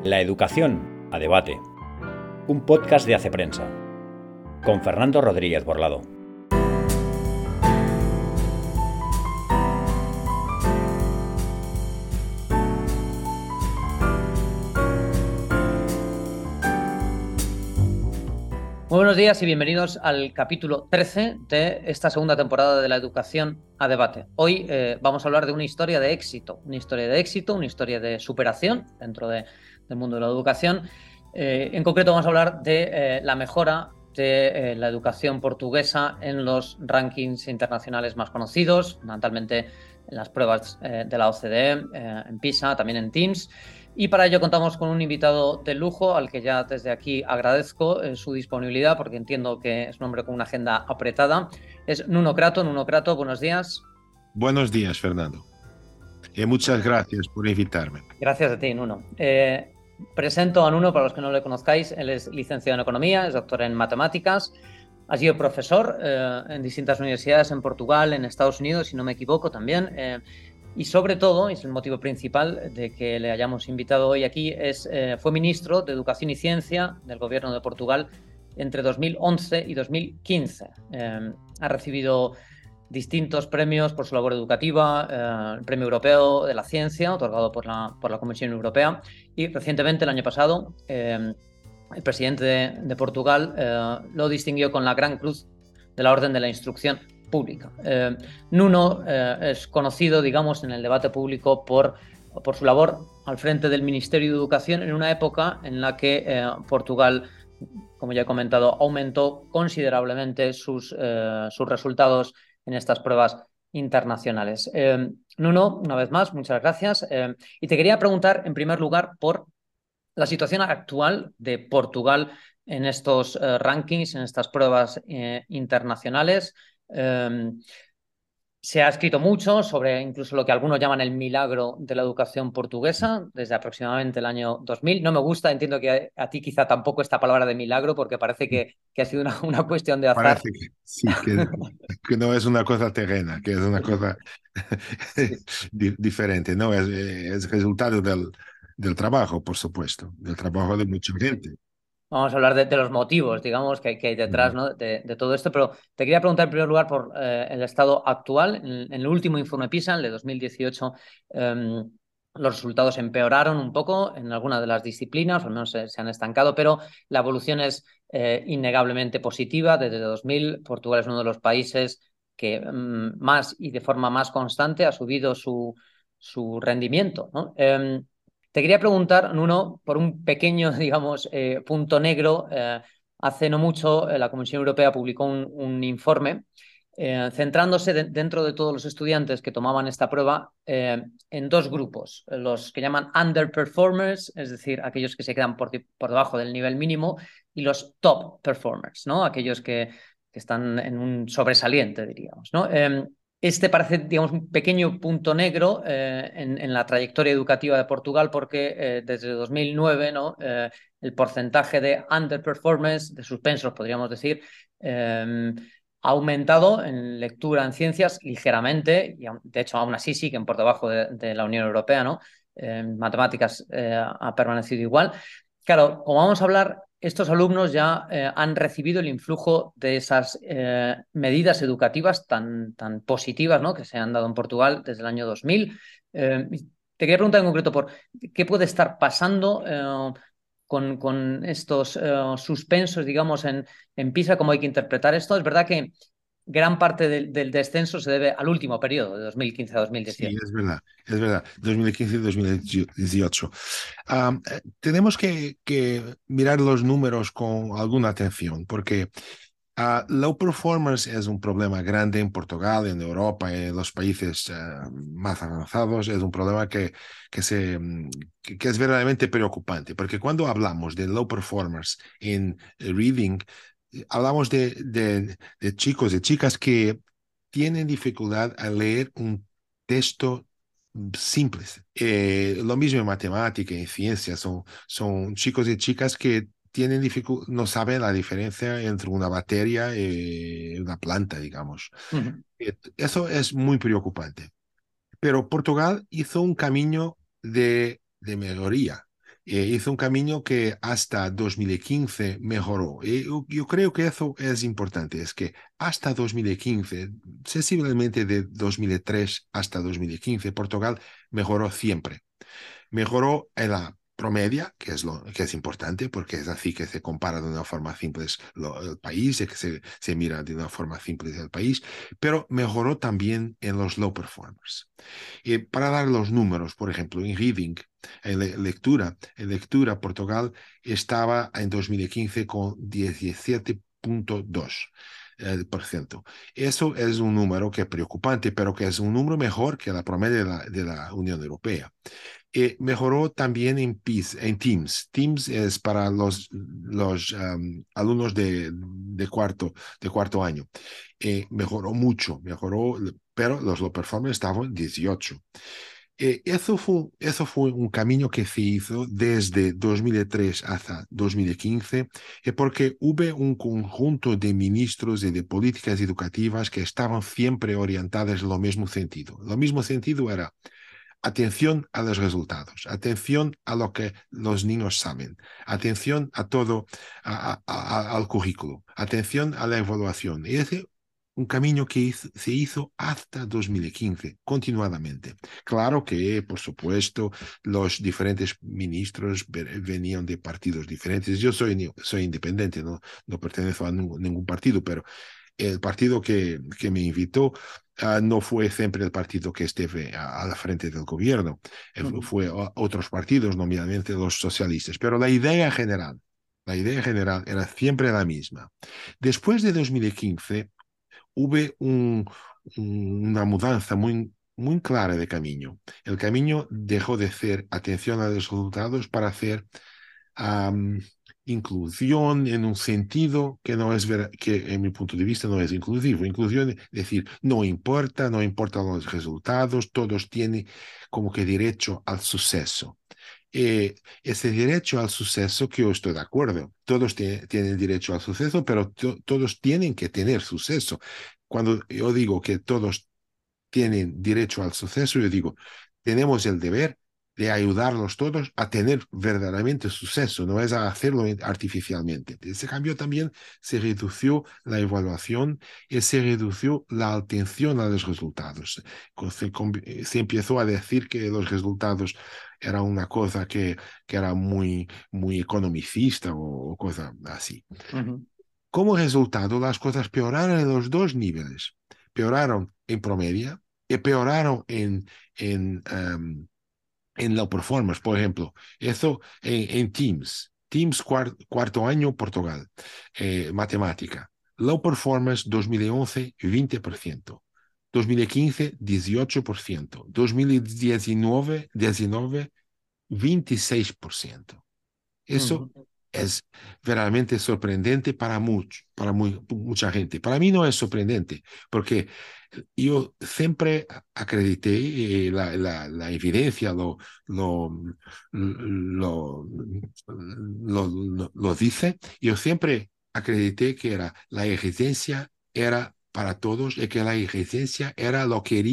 La educación a debate. Un podcast de Hace Prensa. Con Fernando Rodríguez Borlado. Muy buenos días y bienvenidos al capítulo 13 de esta segunda temporada de La educación a debate. Hoy vamos a hablar de una historia de éxito, una historia de superación dentro del mundo de la educación. En concreto vamos a hablar de la mejora de la educación portuguesa en los rankings internacionales más conocidos, fundamentalmente en las pruebas de la OCDE, en PISA, también en TIMSS. Y para ello contamos con un invitado de lujo al que ya desde aquí agradezco su disponibilidad porque entiendo que es un hombre con una agenda apretada. Es Nuno Crato. Nuno Crato, buenos días. Buenos días, Fernando. Muchas gracias por invitarme. Gracias a ti, Nuno. Presento a Nuno para los que no le conozcáis. Él es licenciado en Economía, es doctor en Matemáticas, ha sido profesor en distintas universidades en Portugal, en Estados Unidos, si no me equivoco también. Y sobre todo, y es el motivo principal de que le hayamos invitado hoy aquí, fue ministro de Educación y Ciencia del Gobierno de Portugal entre 2011 y 2015. Ha recibido distintos premios por su labor educativa, el Premio Europeo de la Ciencia, otorgado por la Comisión Europea, y recientemente, el año pasado, el presidente de Portugal lo distinguió con la Gran Cruz de la Orden de la Instrucción Pública. Nuno es conocido, digamos, en el debate público por su labor al frente del Ministerio de Educación en una época en la que Portugal, como ya he comentado, aumentó considerablemente sus resultados en estas pruebas internacionales. Nuno, una vez más, muchas gracias. Y te quería preguntar, en primer lugar, por la situación actual de Portugal en estos rankings, en estas pruebas internacionales. Se ha escrito mucho sobre incluso lo que algunos llaman el milagro de la educación portuguesa desde aproximadamente el año 2000. No me gusta, entiendo que a ti quizá tampoco esta palabra de milagro porque parece que ha sido una cuestión de azar. Parece que sí, que no es una cosa terrena, que es una cosa diferente. No, es resultado del trabajo, por supuesto, del trabajo de mucha gente. Vamos a hablar de los motivos, digamos, que hay detrás, ¿no? de todo esto, pero te quería preguntar en primer lugar por el estado actual. En el último informe PISA, el de 2018, los resultados empeoraron un poco en algunas de las disciplinas, o al menos se han estancado, pero la evolución es innegablemente positiva. Desde 2000, Portugal es uno de los países que más y de forma más constante ha subido su rendimiento, ¿no? Te quería preguntar, Nuno, por un pequeño, digamos, punto negro. Hace no mucho la Comisión Europea publicó un informe centrándose dentro de todos los estudiantes que tomaban esta prueba en dos grupos, los que llaman underperformers, es decir, aquellos que se quedan por debajo del nivel mínimo, y los top performers, ¿no? Aquellos que están en un sobresaliente, diríamos, ¿no? Este parece, digamos, un pequeño punto negro en la trayectoria educativa de Portugal porque desde 2009, ¿no? El porcentaje de underperformance, de suspensos, podríamos decir, ha aumentado en lectura en ciencias ligeramente, y de hecho aún así siguen por debajo de la Unión Europea, ¿no? En matemáticas ha permanecido igual. Claro, como vamos a hablar, estos alumnos ya han recibido el influjo de esas medidas educativas tan positivas, ¿no? Que se han dado en Portugal desde el año 2000. Te quería preguntar en concreto por qué puede estar pasando con estos suspensos, digamos, en PISA, cómo hay que interpretar esto. Es verdad que gran parte del descenso se debe al último periodo, de 2015 a 2018. Sí, es verdad, 2015 y 2018. Tenemos que mirar los números con alguna atención, porque low performance es un problema grande en Portugal, en Europa, en los países más avanzados. Es un problema que es verdaderamente preocupante, porque cuando hablamos de low performers en reading, hablamos de chicos, de chicas que tienen dificultad a leer un texto simples. Lo mismo en matemática, en ciencia, son chicos y chicas que no saben la diferencia entre una bacteria y una planta, digamos. Uh-huh. Eso es muy preocupante. Pero Portugal hizo un camino de mejoría. Hizo un camino que hasta 2015 mejoró. Yo creo que eso es importante, es que hasta 2015, sensiblemente de 2003 hasta 2015, Portugal mejoró siempre. Mejoró en la promedia, que es lo que es importante, porque es así que se compara de una forma simple el país, y que se mira de una forma simple el país, pero mejoró también en los low performers. Para dar los números, por ejemplo, en reading, en lectura, Portugal estaba en 2015 con 17,2%. Eso es un número que es preocupante, pero que es un número mejor que la promedio de la Unión Europea. Mejoró también en Teams. Teams es para los alumnos de cuarto año. Mejoró mucho, pero los low performers estaban en 18. Eso fue un camino que se hizo desde 2003 hasta 2015, porque hubo un conjunto de ministros y de políticas educativas que estaban siempre orientadas en lo mismo sentido. Lo mismo sentido era atención a los resultados, atención a lo que los niños saben, atención a todo, al currículo, atención a la evaluación. Y ese un camino que se hizo hasta 2015, continuadamente. Claro que, por supuesto, los diferentes ministros venían de partidos diferentes. Yo soy independiente, no pertenezco a ningún partido, pero el partido que me invitó no fue siempre el partido que esté a la frente del gobierno, fue otros partidos, nominalmente los socialistas, pero la idea general era siempre la misma. Después de 2015 hubo una mudanza muy, muy clara de camino. El camino dejó de ser atención a los resultados para hacer um, inclusión en un sentido que no es que en mi punto de vista no es inclusivo. Inclusión es decir, no importan los resultados, todos tienen como que derecho al suceso. Ese derecho al suceso, que yo estoy de acuerdo, todos tienen derecho al suceso, pero todos tienen que tener suceso. Cuando yo digo que todos tienen derecho al suceso, yo digo, tenemos el deber de ayudarlos todos a tener verdaderamente suceso, no es a hacerlo artificialmente. Ese cambio también se redució la evaluación y se redució la atención a los resultados. Se empezó a decir que los resultados era una cosa que era muy, muy economicista o cosa así. Uh-huh. Como resultado, las cosas peoraron en los dos niveles. Peoraron en promedio y peoraron en la performance, por ejemplo. Eso en Teams. Teams cuarto año, Portugal. Matemática. Low performance 2011, 20%. 2015, 18%. 2019, 26%. Eso Uh-huh. es verdaderamente sorprendente para mucha gente. Para mí no es sorprendente, porque yo siempre acredité la evidencia, lo, lo, lo dice. Yo siempre acredité que la exigencia era para todos y que la exigencia era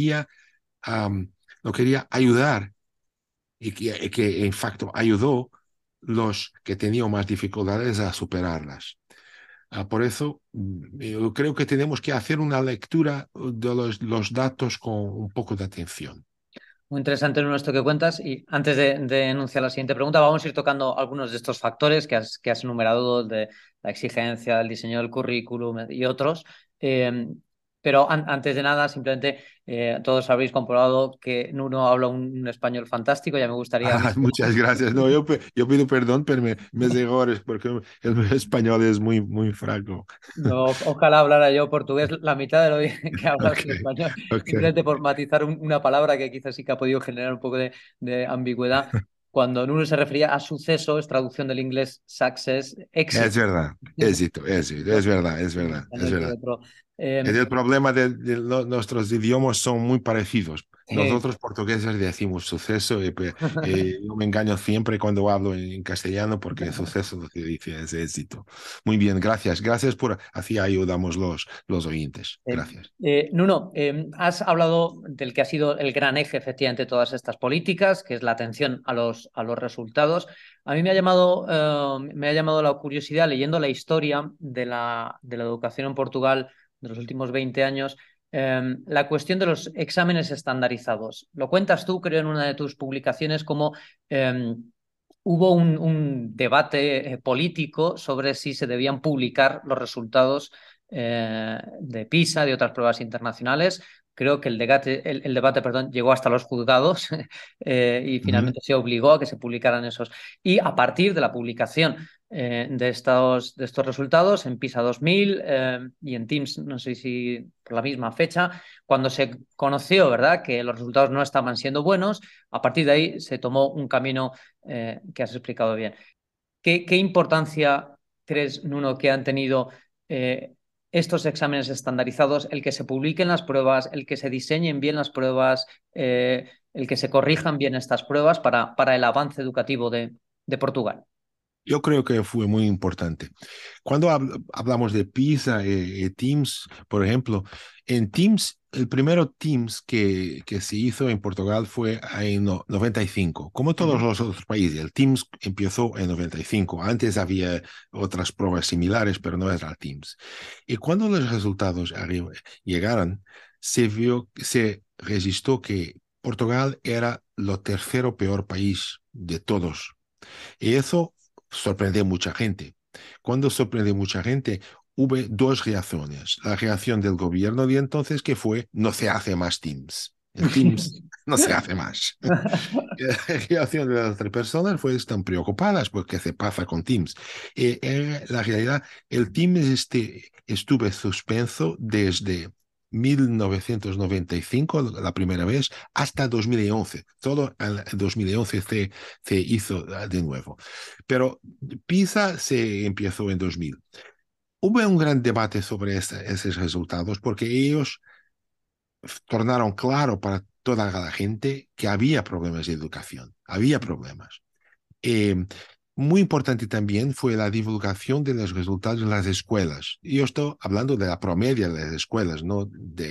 lo quería ayudar y que en facto ayudó los que tenían más dificultades a superarlas. Por eso, yo creo que tenemos que hacer una lectura de los datos con un poco de atención. Muy interesante esto que cuentas. Y antes de enunciar la siguiente pregunta, vamos a ir tocando algunos de estos factores que has enumerado, de la exigencia, el diseño del currículum y otros. Pero antes de nada, simplemente todos habréis comprobado que Nuno habla un español fantástico. Ya me gustaría a mí. Muchas gracias. No, yo pido perdón, pero me errores porque el español es muy, muy fraco. No, ojalá hablara yo portugués la mitad de lo bien que hablas Ok, en español, ok. simplemente por matizar una palabra que quizás sí que ha podido generar un poco de ambigüedad. Cuando Nuno se refería a suceso, es traducción del inglés success, Es éxito. verdad, éxito, es verdad, es En verdad, es español tiene verdad. otro. Es el problema de nuestros idiomas son muy parecidos. Nosotros portugueses decimos suceso y yo me engaño siempre cuando hablo en castellano porque suceso lo que dice es éxito. Muy bien, gracias. Gracias por así ayudamos los oyentes. Gracias. Nuno, has hablado del que ha sido el gran eje, efectivamente, de todas estas políticas, que es la atención a los resultados. A mí me ha llamado la curiosidad leyendo la historia de la educación en Portugal de los últimos 20 años, la cuestión de los exámenes estandarizados. Lo cuentas tú, creo, en una de tus publicaciones, como hubo un debate político sobre si se debían publicar los resultados de PISA, de otras pruebas internacionales. Creo que el debate, perdón, llegó hasta los juzgados y Ujú. finalmente se obligó a que se publicaran esos. Y a partir de la publicación de estos resultados en PISA 2000 y en TIMSS, no sé si por la misma fecha, cuando se conoció, ¿verdad?, que los resultados no estaban siendo buenos, a partir de ahí se tomó un camino que has explicado bien. ¿Qué importancia crees, Nuno, que han tenido estos exámenes estandarizados, el que se publiquen las pruebas, el que se diseñen bien las pruebas, el que se corrijan bien estas pruebas para el avance educativo de Portugal? Yo creo que fue muy importante. Cuando hablamos de PISA y Teams, por ejemplo, en Teams, el primero Teams que se hizo en Portugal fue en 95, como todos Ujú. los otros países. El Teams empezó en 95. Antes había otras pruebas similares, pero no era el Teams. Y cuando los resultados llegaron, se registró que Portugal era lo tercero peor país de todos. Y eso sorprendió a mucha gente. Cuando sorprendió a mucha gente, hubo dos reacciones. La reacción del gobierno de entonces, que fue, no se hace más Teams. El Teams no se hace más. Y la reacción de las otras personas fue, están preocupadas porque se pasa con Teams. En la realidad, el Teams estuvo suspenso desde 1995, la primera vez, hasta 2011. Solo en 2011 se hizo de nuevo. Pero PISA se empezó en 2000. Hubo un gran debate sobre esos resultados porque ellos tornaron claro para toda la gente que había problemas de educación, había problemas. Eh, Muy importante también fue la divulgación de los resultados en las escuelas. Y yo estoy hablando de la promedia de las escuelas, no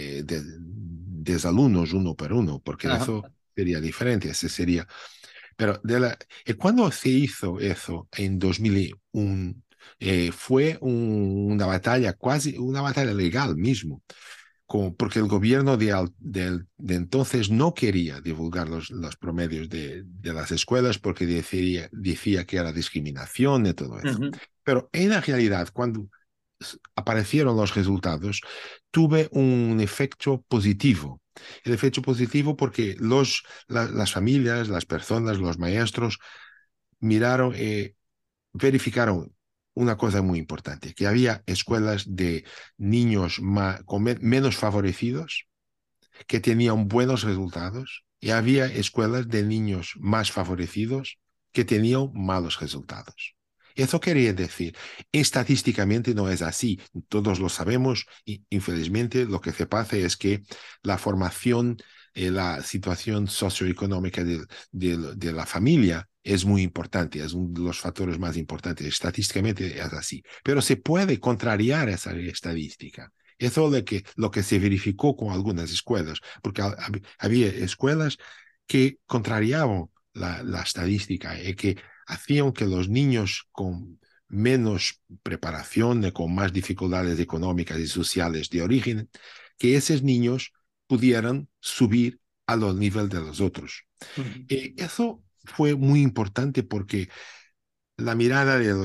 de alumnos uno por uno, porque Ajá. eso sería diferente, ese sería. Pero cuando se hizo eso en 2001, fue una batalla, casi una batalla legal mismo porque el gobierno de entonces no quería divulgar los promedios de las escuelas porque decía que era discriminación y todo eso. Ujú. Pero en la realidad, cuando aparecieron los resultados, tuve un efecto positivo. El efecto positivo porque las familias, las personas, los maestros miraron verificaron una cosa muy importante, que había escuelas de niños menos favorecidos que tenían buenos resultados y había escuelas de niños más favorecidos que tenían malos resultados. Eso quería decir, estadísticamente no es así, todos lo sabemos y infelizmente lo que se pasa es que la formación, la situación socioeconómica de la familia es muy importante, es uno de los factores más importantes, estadísticamente es así, pero se puede contrariar esa estadística. Eso es lo que se verificó con algunas escuelas, porque había escuelas que contrariaban la estadística y que hacían que los niños con menos preparación, con más dificultades económicas y sociales de origen, que esos niños pudieran subir a los niveles de los otros. Ujú. Y eso fue muy importante porque la mirada de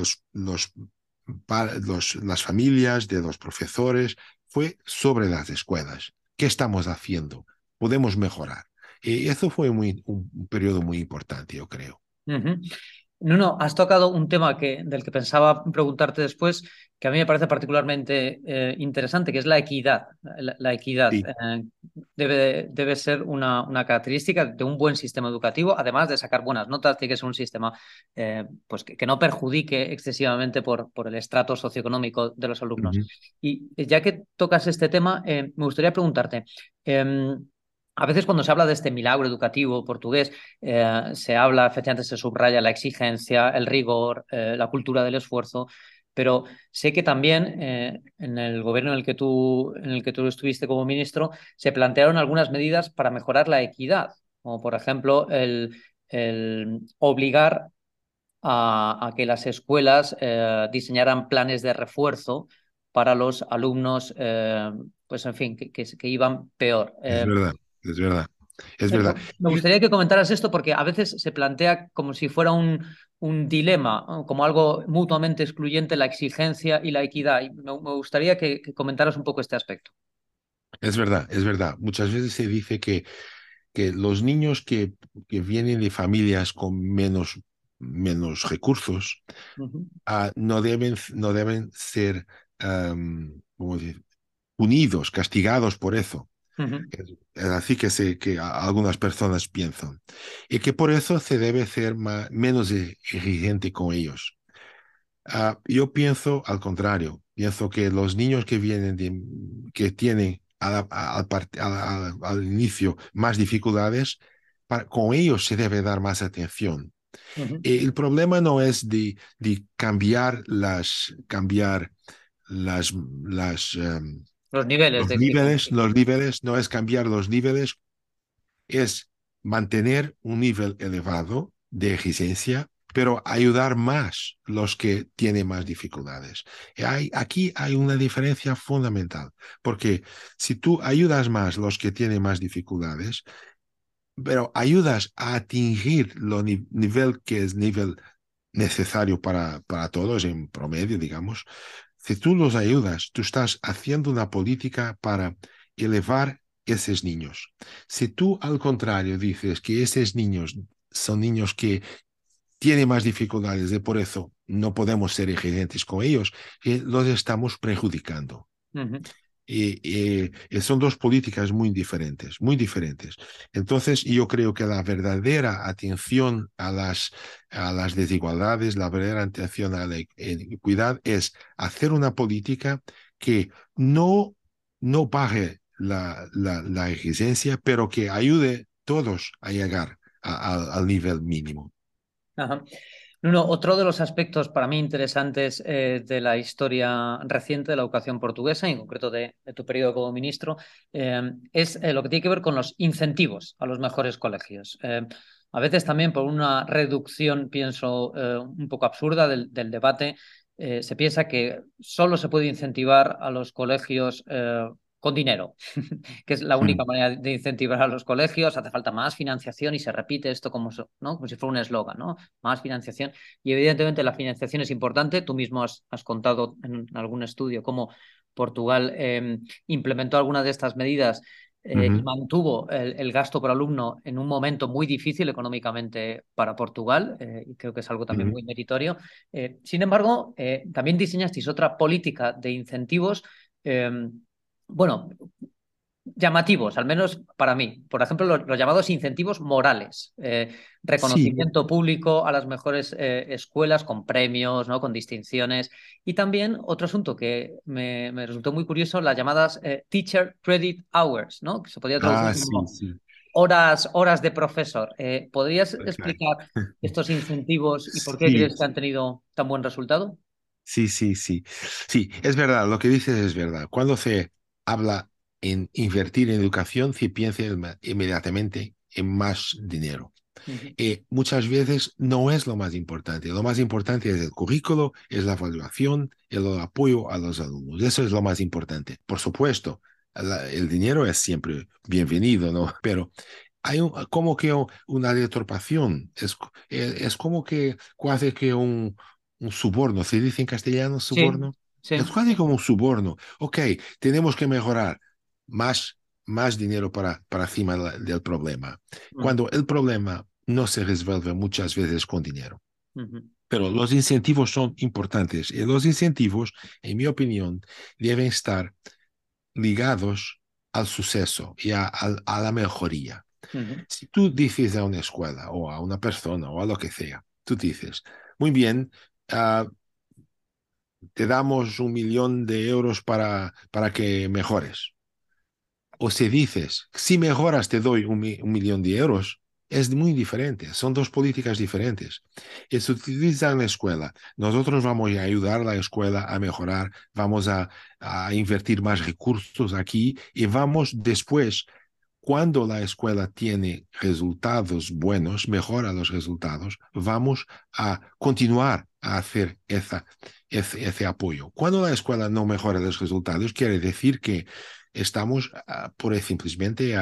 las familias, de los profesores, fue sobre las escuelas. ¿Qué estamos haciendo? Podemos mejorar. Y eso fue un periodo muy importante, yo creo. Ujú. No, has tocado un tema del que pensaba preguntarte después, que a mí me parece particularmente interesante, que es la equidad. La equidad Sí. debe ser una característica de un buen sistema educativo, además de sacar buenas notas, tiene que ser un sistema pues que no perjudique excesivamente por el estrato socioeconómico de los alumnos. Ujú. Y ya que tocas este tema, me gustaría preguntarte, a veces cuando se habla de este milagro educativo portugués, se habla, efectivamente se subraya la exigencia, el rigor, la cultura del esfuerzo, pero sé que también en el gobierno en el que tú estuviste como ministro se plantearon algunas medidas para mejorar la equidad, como por ejemplo el obligar a que las escuelas diseñaran planes de refuerzo para los alumnos, pues en fin, que iban peor. Es verdad, es verdad, es verdad. Me gustaría que comentaras esto porque a veces se plantea como si fuera un dilema, ¿no? Como algo mutuamente excluyente, la exigencia y la equidad. Y me gustaría que comentaras un poco este aspecto. Es verdad, es verdad. Muchas veces se dice que los niños que vienen de familias con menos recursos Ujú, no deben ser ¿cómo decir? Punidos, castigados por eso. ujú, Es así que algunas personas piensan. Y que por eso se debe ser menos exigente con ellos. Yo pienso al contrario. Pienso que los niños que tienen al inicio más dificultades, con ellos se debe dar más atención. ujú. El problema no es de cambiar las, Los niveles de exigencia. los niveles, no es cambiar los niveles, es mantener un nivel elevado de exigencia, pero ayudar más los que tienen más dificultades. Aquí hay una diferencia fundamental, porque si tú ayudas más los que tienen más dificultades, pero ayudas a atingir lo nivel que es nivel necesario para todos en promedio, digamos, si tú los ayudas, tú estás haciendo una política para elevar esos niños. Si tú, al contrario, dices que esos niños son niños que tienen más dificultades y por eso no podemos ser exigentes con ellos, los estamos perjudicando. Ujú, Y son dos políticas muy diferentes, muy diferentes. Entonces, yo creo que la verdadera atención a las desigualdades, la verdadera atención a la equidad es hacer una política que no baje la exigencia, pero que ayude todos a llegar al nivel mínimo. ajá. Nuno, otro de los aspectos para mí interesantes de la historia reciente de la educación portuguesa, y en concreto de tu periodo como ministro, es lo que tiene que ver con los incentivos a los mejores colegios. A veces también por una reducción, pienso, un poco absurda del debate, se piensa que solo se puede incentivar a los colegios con dinero, que es la única Mm. manera de incentivar a los colegios. Hace falta más financiación y se repite esto como, ¿no? Como si fuera un eslogan, ¿no? Más financiación. Y evidentemente la financiación es importante. Tú mismo has contado en algún estudio cómo Portugal implementó algunas de estas medidas y Ujú, mantuvo el gasto por alumno en un momento muy difícil económicamente para Portugal, y creo que es algo también ujú. muy meritorio. Sin embargo, también diseñasteis otra política de incentivos, eh, bueno, llamativos, al menos para mí. Por ejemplo, los llamados incentivos morales. Sí. Reconocimiento público a las mejores escuelas con premios, ¿no? Con distinciones. Y también otro asunto que me resultó muy curioso, las llamadas Teacher Credit Hours, ¿no? Que se podría traducir Sí, como sí. horas de profesor. ¿Podrías Ok. explicar estos incentivos y por qué Sí, crees que han tenido tan buen resultado? sí, sí, sí. Sí, es verdad, lo que dices es verdad. Cuando se habla en invertir en educación, se piensa inmediatamente en más dinero. Ujú, Muchas veces no es lo más importante. Lo más importante es el currículo, es la evaluación, el apoyo a los alumnos. Eso es lo más importante. Por supuesto, el dinero es siempre bienvenido, ¿no? Pero hay como que una deturpación. Es como que casi que un soborno. ¿Se dice en castellano sí, soborno? Es sí. casi como un soborno. Ok, tenemos que mejorar más dinero para encima del problema. Ujú, Cuando el problema no se resuelve muchas veces con dinero. ujú, Pero los incentivos son importantes y los incentivos, en mi opinión, deben estar ligados al suceso y a la mejoría. ujú. Si tú dices a una escuela o a una persona o a lo que sea, tú dices, muy bien, ah, te damos 1 millón de euros para que mejores. o si dices, si mejoras te doy 1 millón de euros, es muy diferente. Son dos políticas diferentes. Y se utiliza en la escuela. Nosotros vamos a ayudar a la escuela a mejorar, vamos a invertir más recursos aquí y vamos después, cuando la escuela tiene resultados buenos, mejora los resultados, vamos a continuar a hacer ese apoyo. Cuando la escuela no mejora los resultados, quiere decir que estamos por simplemente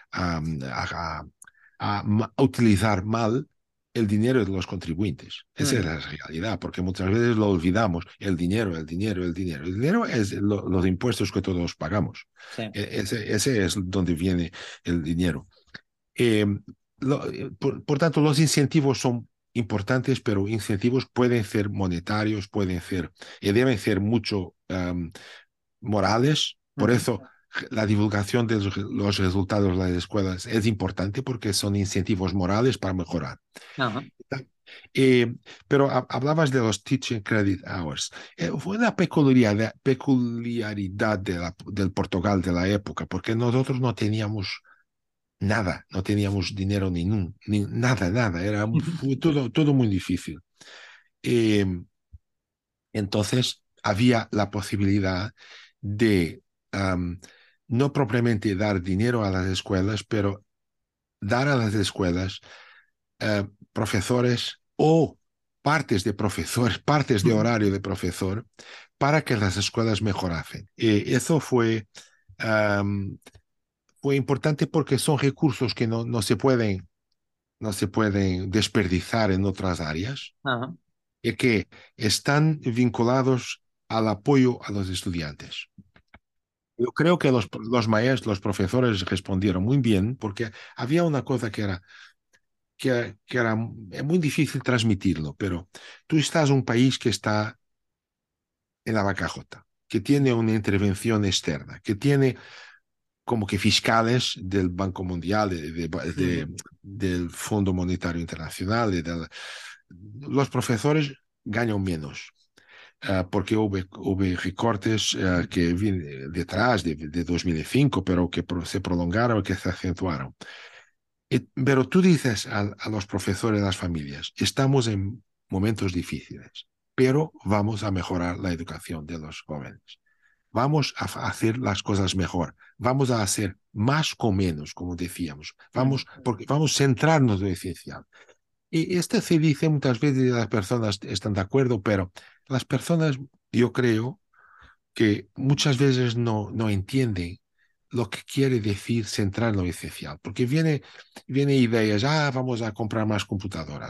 a utilizar mal el dinero de los contribuyentes. Esa es Mm, la realidad, porque muchas veces lo olvidamos. El dinero, el dinero, el dinero. El dinero es los impuestos que todos pagamos. sí. Ese es donde viene el dinero. Eh, por tanto, los incentivos son importantes, pero incentivos pueden ser monetarios, pueden ser y deben ser mucho morales. Por Ujú. eso la divulgación de los resultados de las escuelas es importante porque son incentivos morales para mejorar. Ajá. Eh, pero hablabas de los Teaching Credit Hours. Fue una peculiaridad del Portugal de la época, porque nosotros no teníamos nada, no teníamos dinero ni nada, nada. Fue todo muy difícil. Eh, entonces, había la posibilidad de no propiamente dar dinero a las escuelas, pero dar a las escuelas profesores o partes de profesores, partes de Ujú. horario de profesor, para que las escuelas mejorasen. Eso fue importante porque son recursos que no se pueden desperdiciar en otras áreas Ajá. y que están vinculados al apoyo a los estudiantes. Yo creo que los maestros, los profesores respondieron muy bien porque había una cosa que era muy difícil transmitirlo, pero tú estás en un país que está en la bancarrota, que tiene una intervención externa, que tiene como que fiscales del Banco Mundial, Ujú. del Fondo Monetario Internacional, los profesores ganan menos. Porque hubo recortes que vienen detrás de 2005, pero que se prolongaron, que se acentuaron. Pero tú dices a los profesores, a las familias, estamos en momentos difíciles, pero vamos a mejorar la educación de los jóvenes. Vamos a hacer las cosas mejor. Vamos a hacer más con menos, como decíamos. Ujú. Porque vamos a centrarnos en lo esencial. Y esto se dice muchas veces y las personas están de acuerdo, pero las personas, yo creo, que muchas veces no entienden lo que quiere decir centrar lo esencial, porque viene ideas, vamos a comprar más computadoras,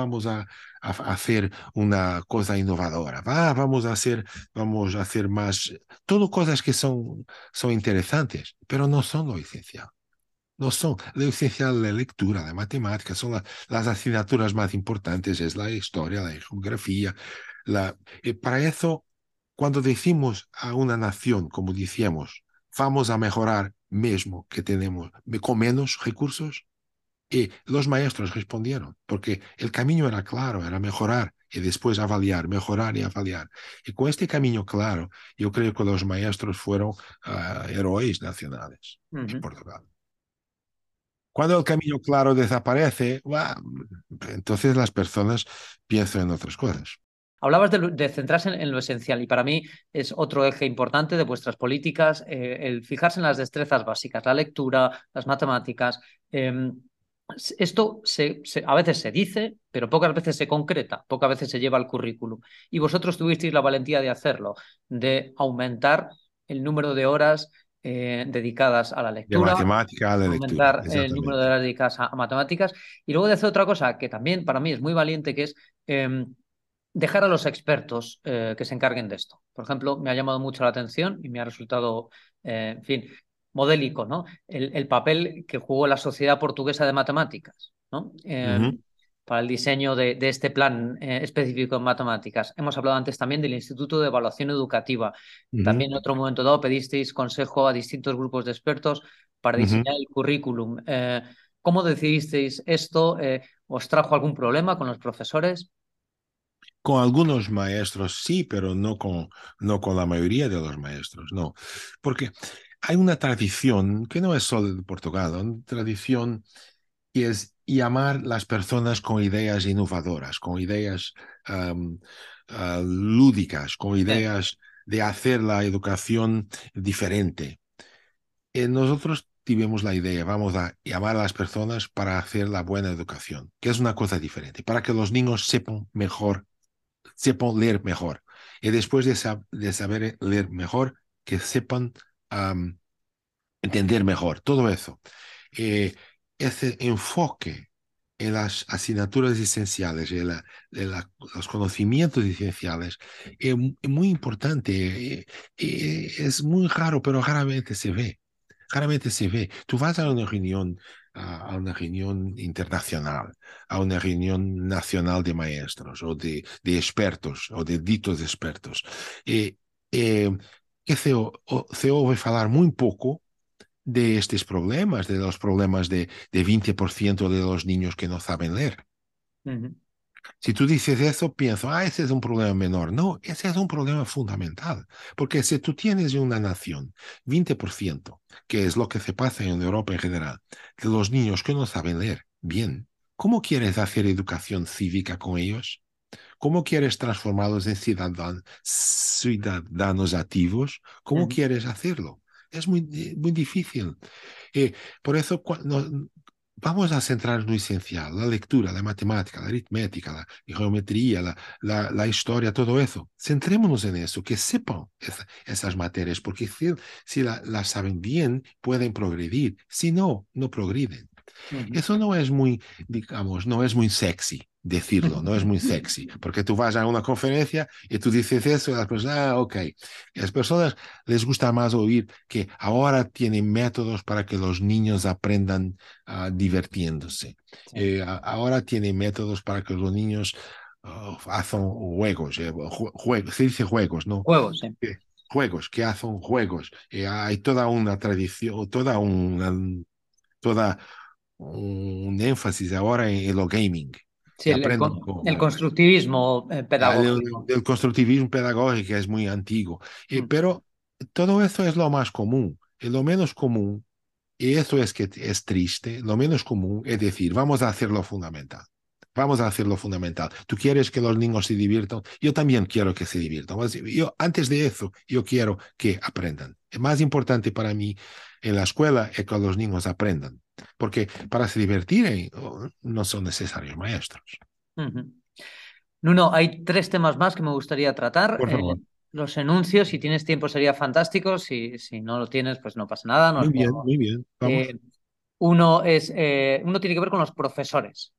a hacer una cosa innovadora, vamos a hacer más, todo cosas que son interesantes, pero no son lo esencial. No son lo esencial, la lectura, la matemática, son las asignaturas más importantes, es la historia, la geografía. Para eso, cuando decimos a una nación, como decíamos, vamos a mejorar mismo que tenemos con menos recursos, y los maestros respondieron, porque el camino era claro, era mejorar y después avaliar, mejorar y avaliar. Y con este camino claro, yo creo que los maestros fueron héroes nacionales en Ujú. Portugal. Cuando el camino claro desaparece, entonces las personas piensan en otras cosas. Hablabas de centrarse en lo esencial y para mí es otro eje importante de vuestras políticas, el fijarse en las destrezas básicas, la lectura, las matemáticas. eh, Esto a veces se dice, pero pocas veces se concreta, pocas veces se lleva al currículum. Y vosotros tuvisteis la valentía de hacerlo, de aumentar el número de horas dedicadas a la De lectura, matemática a la lectura, aumentar el número de exactamente. horas dedicadas a matemáticas y luego de hacer otra cosa que también para mí es muy valiente, que es dejar a los expertos que se encarguen de esto. Por ejemplo, me ha llamado mucho la atención y me ha resultado, en fin, modélico, ¿no? El papel que jugó la Sociedad Portuguesa de Matemáticas, ¿no? Ujú, Para el diseño de este plan específico en matemáticas. Hemos hablado antes también del Instituto de Evaluación Educativa. ujú, También en otro momento dado pedisteis consejo a distintos grupos de expertos para ujú. diseñar el currículum. ¿Cómo decidisteis esto? ¿Os trajo algún problema con los profesores? Con algunos maestros sí, pero no con la mayoría de los maestros, no. Porque hay una tradición que no es solo de Portugal, una tradición que es llamar las personas con ideas innovadoras, con ideas lúdicas, con Sí. ideas de hacer la educación diferente. Nosotros tuvimos la idea, vamos a llamar a las personas para hacer la buena educación, que es una cosa diferente, para que los niños sepan mejor, sepan leer mejor. Y después de saber leer mejor, que sepan entender mejor, todo eso. Eh, Ese enfoque en las asignaturas esenciales, los conocimientos esenciales, es muy importante. Es muy raro, pero raramente se ve. Raramente se ve. Tú vas a una reunión internacional, a una reunión nacional de maestros o de expertos o de ditos expertos. Eh, eh, que se ouve falar muy poco de estos problemas, de los problemas de 20% de los niños que no saben leer. Ujú. Si tú dices eso, pienso, ese es un problema menor. No, ese es un problema fundamental, porque si tú tienes en una nación 20%, que es lo que se pasa en Europa en general, de los niños que no saben leer bien, ¿cómo quieres hacer educación cívica con ellos? ¿Cómo quieres transformarlos en ciudadanos activos? ¿Cómo Ujú. quieres hacerlo? Es muy difícil. Eh, por eso, vamos a centrar lo esencial, la lectura, la matemática, la aritmética, la geometría, la historia, todo eso. Centrémonos en eso, que sepan esas materias, porque si las saben bien, pueden progredir. Si no, no progreden. Ujú. Eso no es muy, digamos, no es muy sexy decirlo, no es muy sexy, porque tú vas a una conferencia y tú dices eso y las personas, ok. Y a las personas les gusta más oír que ahora tienen métodos para que los niños aprendan divirtiéndose. Sí. Ahora tienen métodos para que los niños hacen juegos, se dice juegos, ¿no? Juegos, sí. Juegos, que hacen juegos. Hay toda una tradición, toda un énfasis ahora en lo gaming, Sí, que aprendan el cómo. constructivismo pedagógico. El constructivismo pedagógico es muy antiguo, Mm. pero todo eso es lo más común. Y lo menos común, y eso es que es triste, lo menos común es decir, vamos a hacer lo fundamental. Vamos a hacer lo fundamental. Tú quieres que los niños se diviertan, yo también quiero que se diviertan. Yo, antes de eso, yo quiero que aprendan. Es más importante para mí en la escuela es que los niños aprendan, porque para se divertir no son necesarios maestros. Ujú. Nuno, hay tres temas más que me gustaría tratar. Por favor. Los enuncios, si tienes tiempo sería fantástico. Si no lo tienes, pues no pasa nada, nos podemos. Muy bien. Vamos. Eh, uno tiene que ver con los profesores.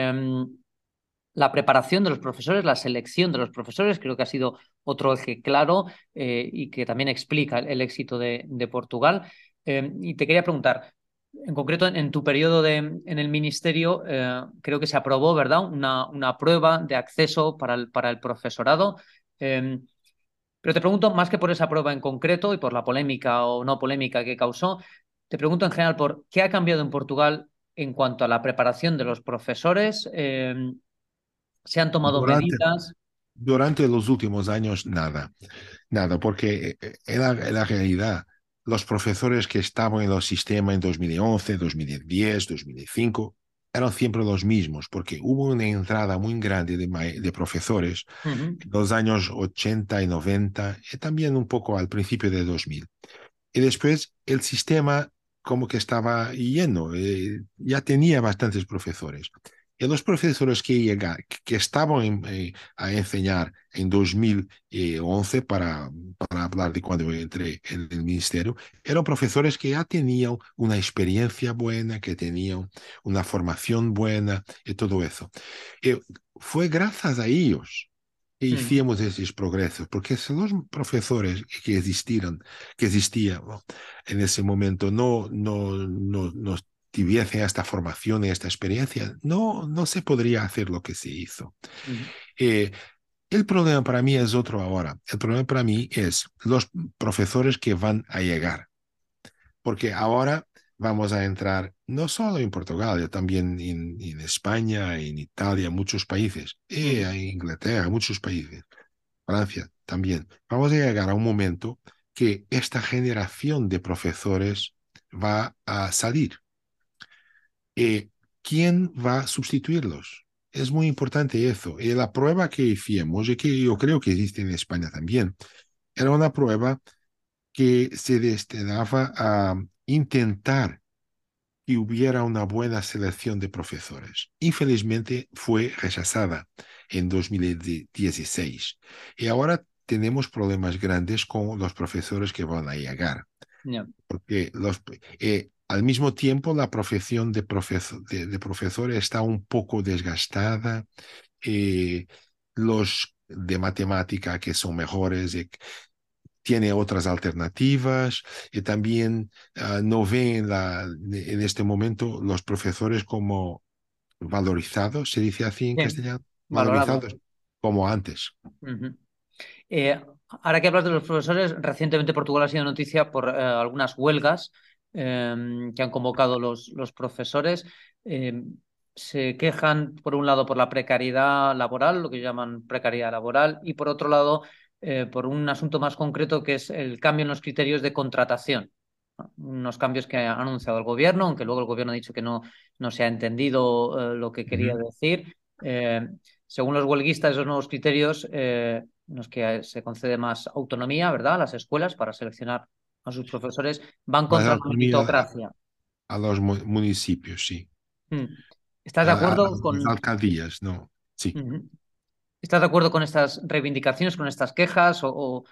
La preparación de los profesores, la selección de los profesores, creo que ha sido otro eje claro y que también explica el éxito de Portugal. Y te quería preguntar, en concreto en tu periodo en el ministerio, creo que se aprobó, ¿verdad? Una prueba de acceso para el profesorado. Eh, pero te pregunto, más que por esa prueba en concreto y por la polémica o no polémica que causó, te pregunto en general por qué ha cambiado en Portugal en cuanto a la preparación de los profesores. ¿Se han tomado Durante, medidas? durante los últimos años, nada, nada, porque en la realidad, los profesores que estaban en el sistema en 2011, 2010, 2005, eran siempre los mismos, porque hubo una entrada muy grande de profesores Ujú. en los años 80 y 90, y también un poco al principio de 2000. Y después el sistema como que estaba lleno, ya tenía bastantes profesores. Y los profesores que estaban a enseñar en 2011, para hablar de cuando entré en el ministerio, eran profesores que ya tenían una experiencia buena, que tenían una formación buena y todo eso. Y fue gracias a ellos que Ujú. hicimos esos progresos, porque si los profesores que existían, ¿no?, en ese momento no tuviesen esta formación y esta experiencia, no se podría hacer lo que se hizo. Ujú. Eh, el problema para mí es otro ahora. El problema para mí es los profesores que van a llegar, porque ahora vamos a entrar no solo en Portugal, también en España, en Italia, muchos países, Ujú. en Inglaterra, muchos países. Francia también. Vamos a llegar a un momento que esta generación de profesores va a salir. ¿Quién va a sustituirlos? Es muy importante eso. Y la prueba que hicimos, y que yo creo que existe en España también, era una prueba que se destinaba a intentar que hubiera una buena selección de profesores. Infelizmente fue rechazada en 2016 y ahora tenemos problemas grandes con los profesores que van a llegar, Yeah. porque al mismo tiempo la profesión de profesor está un poco desgastada. Los de matemática que son mejores tiene otras alternativas y también no ve en este momento los profesores como valorizados, se dice así en Sí, castellano, valorado. valorizados como antes. Uh-huh. Ahora que hablas de los profesores, recientemente Portugal ha sido noticia por algunas huelgas que han convocado los profesores. Eh, Se quejan, por un lado, por la precariedad laboral, lo que llaman precariedad laboral, y por otro lado, por un asunto más concreto que es el cambio en los criterios de contratación. Unos cambios que ha anunciado el gobierno, aunque luego el gobierno ha dicho que no se ha entendido lo que quería Ujú. decir. Según los huelguistas, esos nuevos criterios en los que se concede más autonomía, ¿verdad?, a las escuelas para seleccionar a sus profesores, van Más contra la autonomía meritocracia. a los municipios, sí. Mm. ¿Estás de A acuerdo las con... alcaldías, ¿no? Sí. Ujú. ¿Estás de acuerdo con estas reivindicaciones, con estas quejas?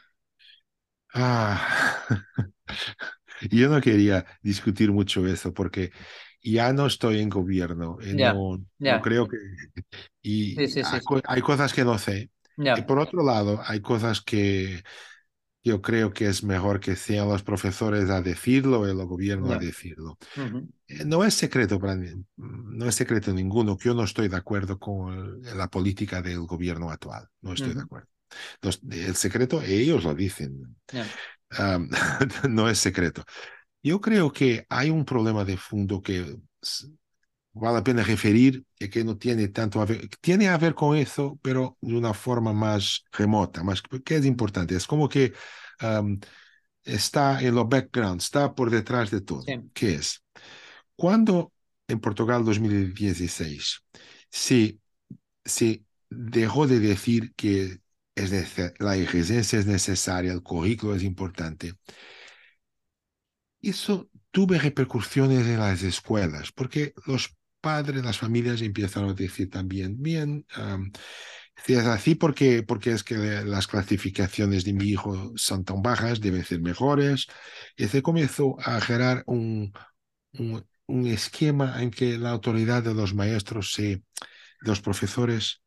Ah, yo no quería discutir mucho eso porque ya no estoy en gobierno y Ya, no ya, creo que... sí, Y sí, sí, hay cosas que no sé. Y ya, por otro lado, hay cosas que yo creo que es mejor que sean los profesores a decirlo y el gobierno a ya. decirlo. Ujú, No es secreto para mí, no es secreto ninguno que yo no estoy de acuerdo con la política del gobierno actual. No estoy de ujú, acuerdo. El secreto, ellos lo dicen. ya, Am, no es secreto. Yo creo que hay un problema de fondo que vale la pena referir y que no tiene tanto a ver, tiene a ver con eso, pero de una forma más remota, más que es importante. Es como que am, está en los background, está por detrás de todo. sí, ¿Qué es? Cuando en Portugal 2016 se dejó de decir que la exigencia es necesaria, el currículo es importante, eso tuvo repercusiones en las escuelas, porque los padres, las familias empezaron a decir también, bien, si es así, porque es que las clasificaciones de mi hijo son tan bajas, deben ser mejores. Y se comenzó a generar un esquema en que la autoridad de los maestros, los profesores,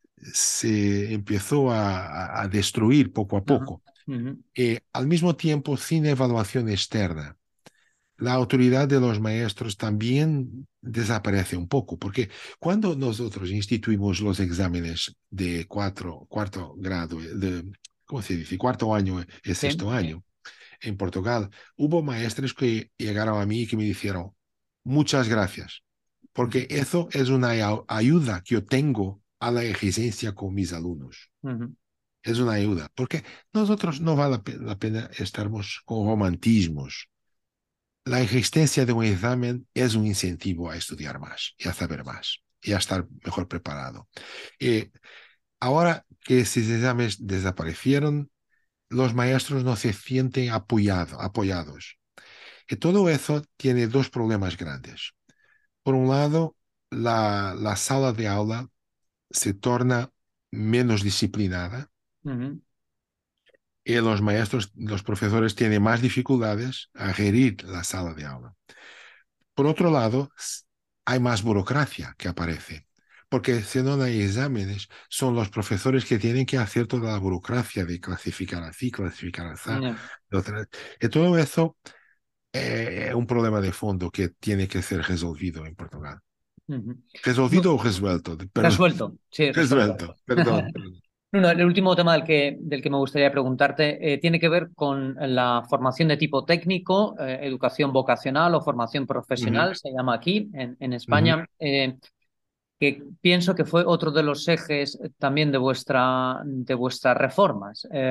se empezó a destruir poco a ajá, poco. ujú, Al mismo tiempo, sin evaluación externa, la autoridad de los maestros también desaparece un poco, porque cuando nosotros instituimos los exámenes de cuarto grado, ¿cómo se dice? Cuarto año y sí, sexto año, en Portugal, hubo maestros que llegaron a mí y que me dijeron, muchas gracias, ujú, porque eso es una ayuda que yo tengo a la exigencia con mis alumnos. ujú, Es una ayuda, porque nosotros no vale la pena estarmos con romantismos. La existencia de un examen es un incentivo a estudiar más y a saber más y a estar mejor preparado. Eh, Ahora que esos exámenes desaparecieron, los maestros no se sienten apoyados. Y todo eso tiene dos problemas grandes. Por un lado, la sala de aula se torna menos disciplinada ujú, y los maestros, los profesores tienen más dificultades a gerir la sala de aula. Por otro lado, hay más burocracia que aparece, porque si no hay exámenes, son los profesores que tienen que hacer toda la burocracia de clasificar así, clasificar así. ya, Y todo eso es un problema de fondo que tiene que ser resolvido en Portugal. ujú. ¿Resolvido No, o resuelto? Perdón, resuelto, sí, resuelto. resuelto, perdón, perdón. No, el último tema del que me gustaría preguntarte tiene que ver con la formación de tipo técnico, educación vocacional o formación Ujú, profesional, se llama aquí en ujú. España, que pienso que fue otro de los ejes también de vuestras reformas.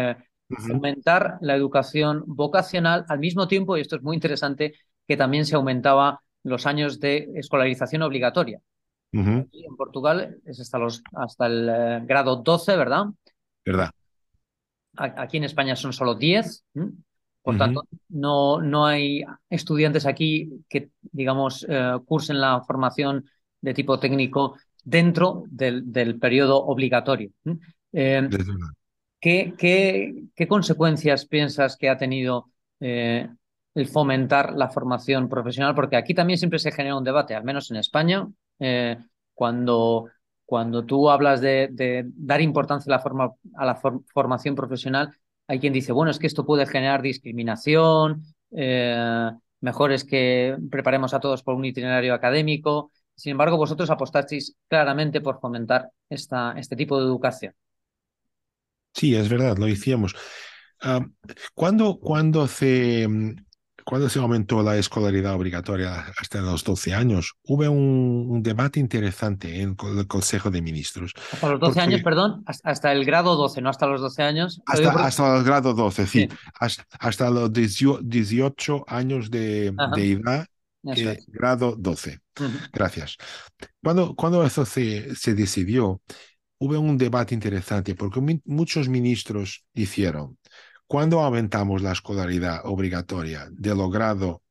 Ujú. aumentar la educación vocacional al mismo tiempo, y esto es muy interesante, que también se aumentaba los años de escolarización obligatoria. Ujú. Aquí en Portugal es hasta el grado 12, ¿verdad? ¿Verdad? Aquí en España son solo 10. Por Ujú. tanto, no hay estudiantes aquí que, digamos, cursen la formación de tipo técnico dentro del periodo obligatorio. Eh, Es verdad. ¿qué consecuencias piensas que ha tenido eh, el fomentar la formación profesional? Porque aquí también siempre se genera un debate, al menos en España, eh, cuando, cuando tú hablas de dar importancia a la formación profesional, hay quien dice, bueno, es que esto puede generar discriminación, mejor es que preparemos a todos por un itinerario académico. Sin embargo, vosotros apostasteis claramente por fomentar este tipo de educación. Sí, es verdad, lo hicimos. Ah, ¿cuándo cuando se aumentó la escolaridad obligatoria hasta los 12 años? Hubo un debate interesante en el Consejo de Ministros, Hasta los 12 años, porque perdón, hasta el grado 12, no hasta los 12 años. Lo digo porque... hasta el grado 12, sí, Sí, hasta los 18 años de ajá, edad, eso es. grado 12. Ujú, Gracias. Cuando eso se decidió, hubo un debate interesante porque muchos ministros dijeron, cuando aumentamos la escolaridad obligatoria de lo grado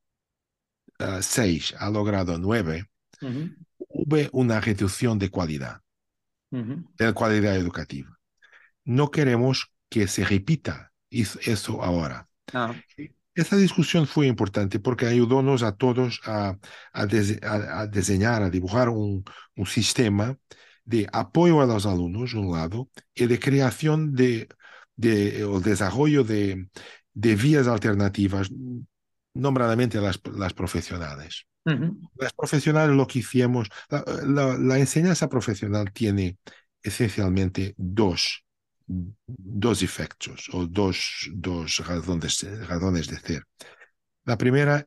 6 a lo grado 9, ujú, hubo una reducción ujú. de calidad educativa. No queremos que se repita eso ahora. Ah, Esta discusión fue importante porque ayudónos a todos a diseñar, a dibujar un sistema de apoyo a los alumnos, de un lado, y de creación o desarrollo de vías alternativas, nombradamente las profesionales. ujú, Las profesionales lo que hicimos, la enseñanza profesional tiene esencialmente dos efectos o dos razones de ser. La primera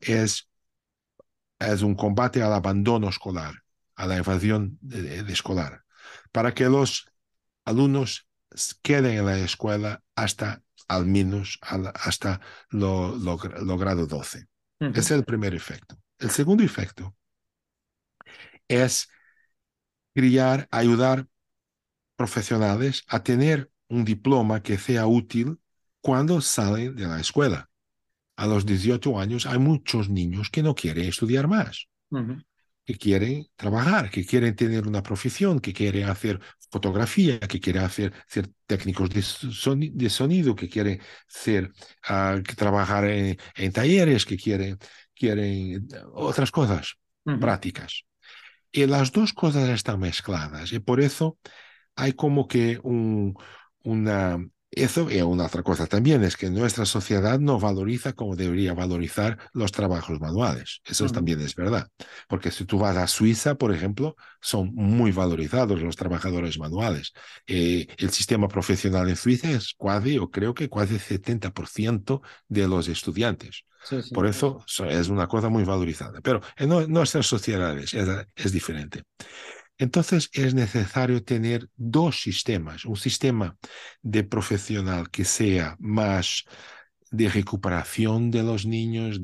es un combate al abandono escolar, a la evasión de escolar, para que los alumnos queden en la escuela hasta al menos hasta lo grado 12. Ese ujú, es el primer efecto. El segundo efecto es ayudar profesionales a tener un diploma que sea útil cuando salen de la escuela. A los 18 años hay muchos niños que no quieren estudiar más, ujú, que quieren trabajar, que quieren tener una profesión, que quieren hacer fotografía, que quieren ser técnicos de sonido, que quieren que trabajar en talleres, que quieren otras cosas ujú, prácticas. Y las dos cosas están mezcladas y por eso hay como que una... Eso y una otra cosa también es que nuestra sociedad no valoriza como debería valorizar los trabajos manuales. Eso ujú. también es verdad. Porque si tú vas a Suiza, por ejemplo, son muy valorizados los trabajadores manuales. El sistema profesional en Suiza es casi, yo creo que casi 70% de los estudiantes. Sí, sí. Por eso es una cosa muy valorizada. Pero en nuestras sociedades es diferente. Entonces es necesario tener dos sistemas, un sistema de profesional que sea más de recuperación de los niños,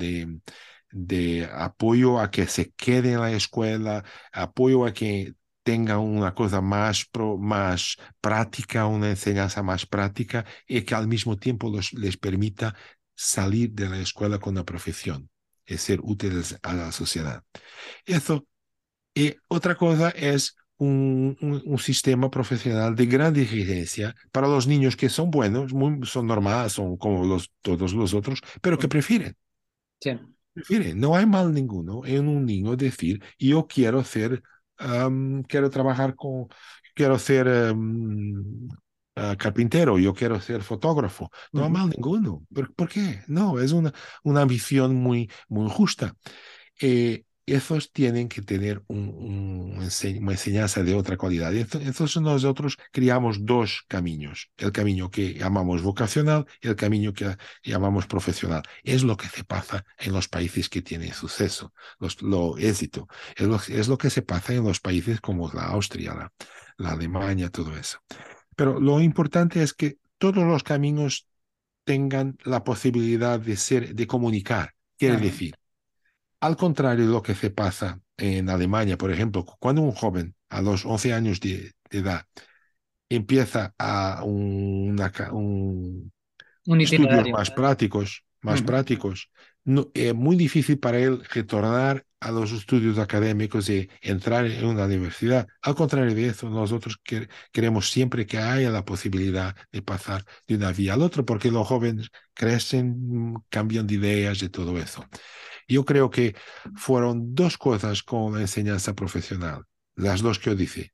de apoyo a que se quede en la escuela, apoyo a que tengan una cosa más práctica, una enseñanza más práctica y que al mismo tiempo les permita salir de la escuela con una profesión y ser útiles a la sociedad. Eso y otra cosa es un sistema profesional de gran exigencia para los niños que son buenos, son normales, son como todos los otros, pero que Ujú. prefieren. Sí. Prefieren. No hay mal ninguno en un niño decir, yo quiero trabajar quiero ser carpintero, yo quiero ser fotógrafo. No hay Ujú, mal ninguno. ¿Por qué? No, es una ambición muy justa. Esos tienen que tener una enseñanza de otra calidad. Entonces nosotros creamos dos caminos, el camino que llamamos vocacional y el camino que llamamos profesional. Es lo que se pasa en los países que tienen suceso, lo éxito. Es lo que se pasa en los países como la Austria, la Alemania, todo eso. Pero lo importante es que todos los caminos tengan la posibilidad de comunicar. Quiere Ajá, decir, al contrario de lo que se pasa en Alemania, por ejemplo, cuando un joven a los 11 años de edad empieza un un estudios itinerario. más Ujú. prácticos, no, es muy difícil para él retornar a los estudios académicos y entrar en una universidad. Al contrario de eso, nosotros queremos siempre que haya la posibilidad de pasar de una vía al otro, porque los jóvenes crecen, cambian de ideas y todo eso. Yo creo que fueron dos cosas con la enseñanza profesional, las dos que yo dije,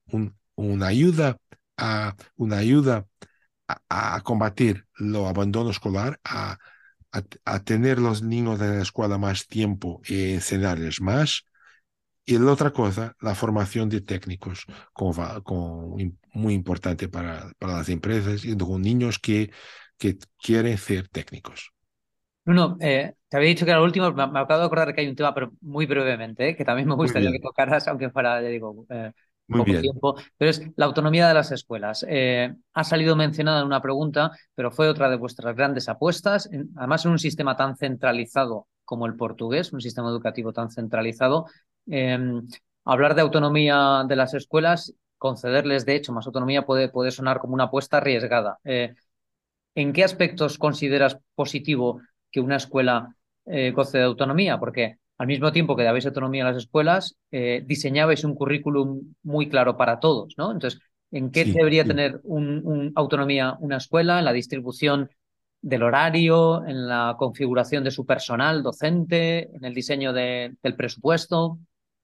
una ayuda a combatir lo abandono escolar, a tener los niños en la escuela más tiempo y enseñarles más. Y la otra cosa, la formación de técnicos, muy importante para las empresas y con niños que quieren ser técnicos. Bruno, te había dicho que era lo último, me acabo de acordar que hay un tema, pero muy brevemente, que también me Muy gustaría que bien, tocaras, aunque fuera, ya digo, muy poco bien. tiempo, pero es la autonomía de las escuelas. Ha salido mencionada en una pregunta, pero fue otra de vuestras grandes apuestas, además en un sistema tan centralizado como el portugués, un sistema educativo tan centralizado. eh, Hablar de autonomía de las escuelas, concederles de hecho más autonomía puede sonar como una apuesta arriesgada. ¿En qué aspectos consideras positivo que una escuela goce de autonomía? Porque al mismo tiempo que dabais autonomía a las escuelas, diseñabais un currículum muy claro para todos, ¿no? Entonces, ¿en qué Sí, debería sí. tener autonomía una escuela? ¿En la distribución del horario, en la configuración de su personal docente, en el diseño del presupuesto?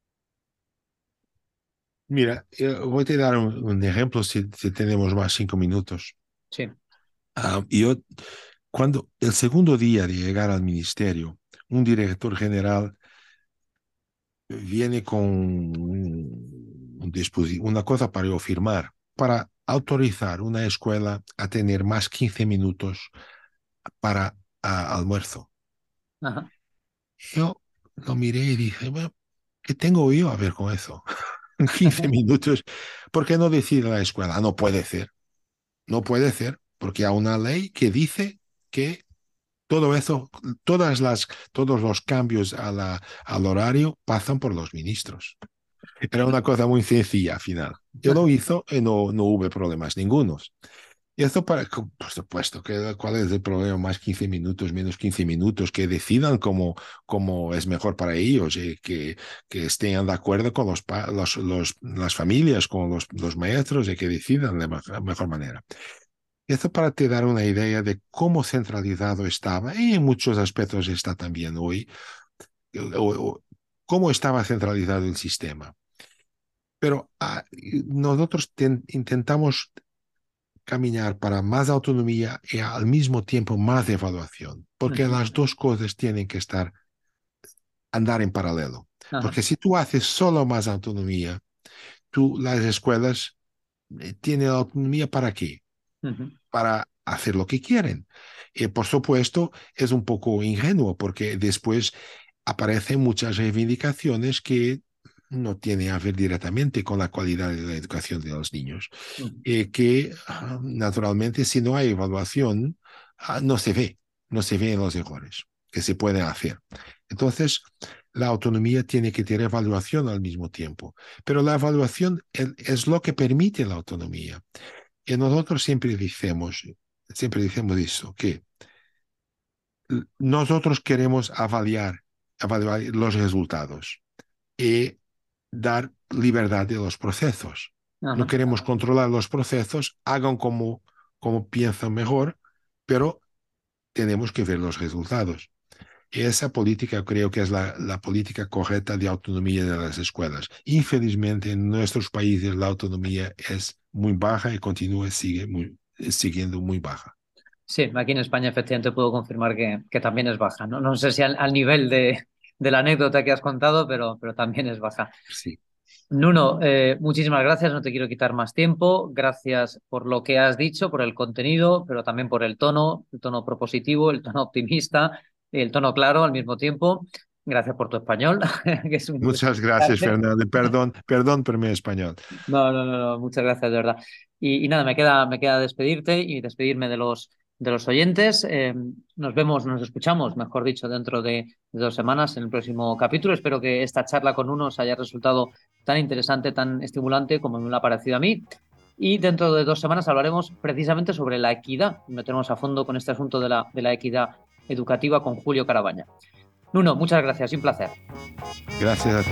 Mira, voy a dar un ejemplo si tenemos más 5 minutos. Sí. Yo, cuando el segundo día de llegar al ministerio, un director general viene con una cosa para yo firmar, para autorizar una escuela a tener más 15 minutos para almuerzo. Ajá. Yo lo miré y dije, bueno, ¿qué tengo yo a ver con eso? 15 minutos. ¿Por qué no decide la escuela? No puede ser, no puede ser, porque hay una ley que dice que todo eso, todos los cambios al horario pasan por los ministros. Era una cosa muy sencilla al final. Yo lo hizo y no hubo problemas ningunos. Y esto por supuesto, ¿cuál es el problema? Más 15 minutos, menos 15 minutos, que decidan cómo es mejor para ellos y que estén de acuerdo con las familias, con los maestros y que decidan de la mejor manera. Esto para te dar una idea de cómo centralizado estaba y en muchos aspectos está también hoy, cómo estaba centralizado el sistema. Pero nosotros intentamos caminar para más autonomía y al mismo tiempo más evaluación, porque Ujú. las dos cosas tienen que andar en paralelo. Ajá. Porque si tú haces solo más autonomía, las escuelas tienen autonomía ¿para qué? Ujú. Para hacer lo que quieren. Y por supuesto, es un poco ingenuo porque después aparecen muchas reivindicaciones que no tienen a ver directamente con la calidad de la educación de los niños. Ujú. Que naturalmente si no hay evaluación, no se ve en los errores que se pueden hacer. Entonces, la autonomía tiene que tener evaluación al mismo tiempo, pero la evaluación es lo que permite la autonomía. Y nosotros siempre decimos eso, que nosotros queremos evaluar los resultados y dar libertad de los procesos. No Ajá. queremos controlar los procesos, hagan como piensan mejor, pero tenemos que ver los resultados. Y esa política creo que es la política correcta de autonomía de las escuelas. Infelizmente, en nuestros países la autonomía es muy baja y siguiendo muy baja. Sí, aquí en España efectivamente puedo confirmar que también es baja. No, no sé si al nivel de la anécdota que has contado, pero también es baja. Sí. Nuno, muchísimas gracias, no te quiero quitar más tiempo. Gracias por lo que has dicho, por el contenido, pero también por el tono propositivo, el tono optimista, el tono claro al mismo tiempo. Gracias por tu español, que es muy Muchas gracias, interesante. Fernando. Perdón por mi español. No, no, no, no, muchas gracias, de verdad. Y nada, me queda despedirte y despedirme de los de los oyentes. Nos escuchamos, mejor dicho, dentro de 2 semanas en el próximo capítulo. Espero que esta charla con Nuno os haya resultado tan interesante, tan estimulante como me lo ha parecido a mí. Y dentro de 2 semanas hablaremos precisamente sobre la equidad. Meteremos a fondo con este asunto de la equidad educativa con Julio Carabaña. Nuno, muchas gracias, un placer. Gracias a ti.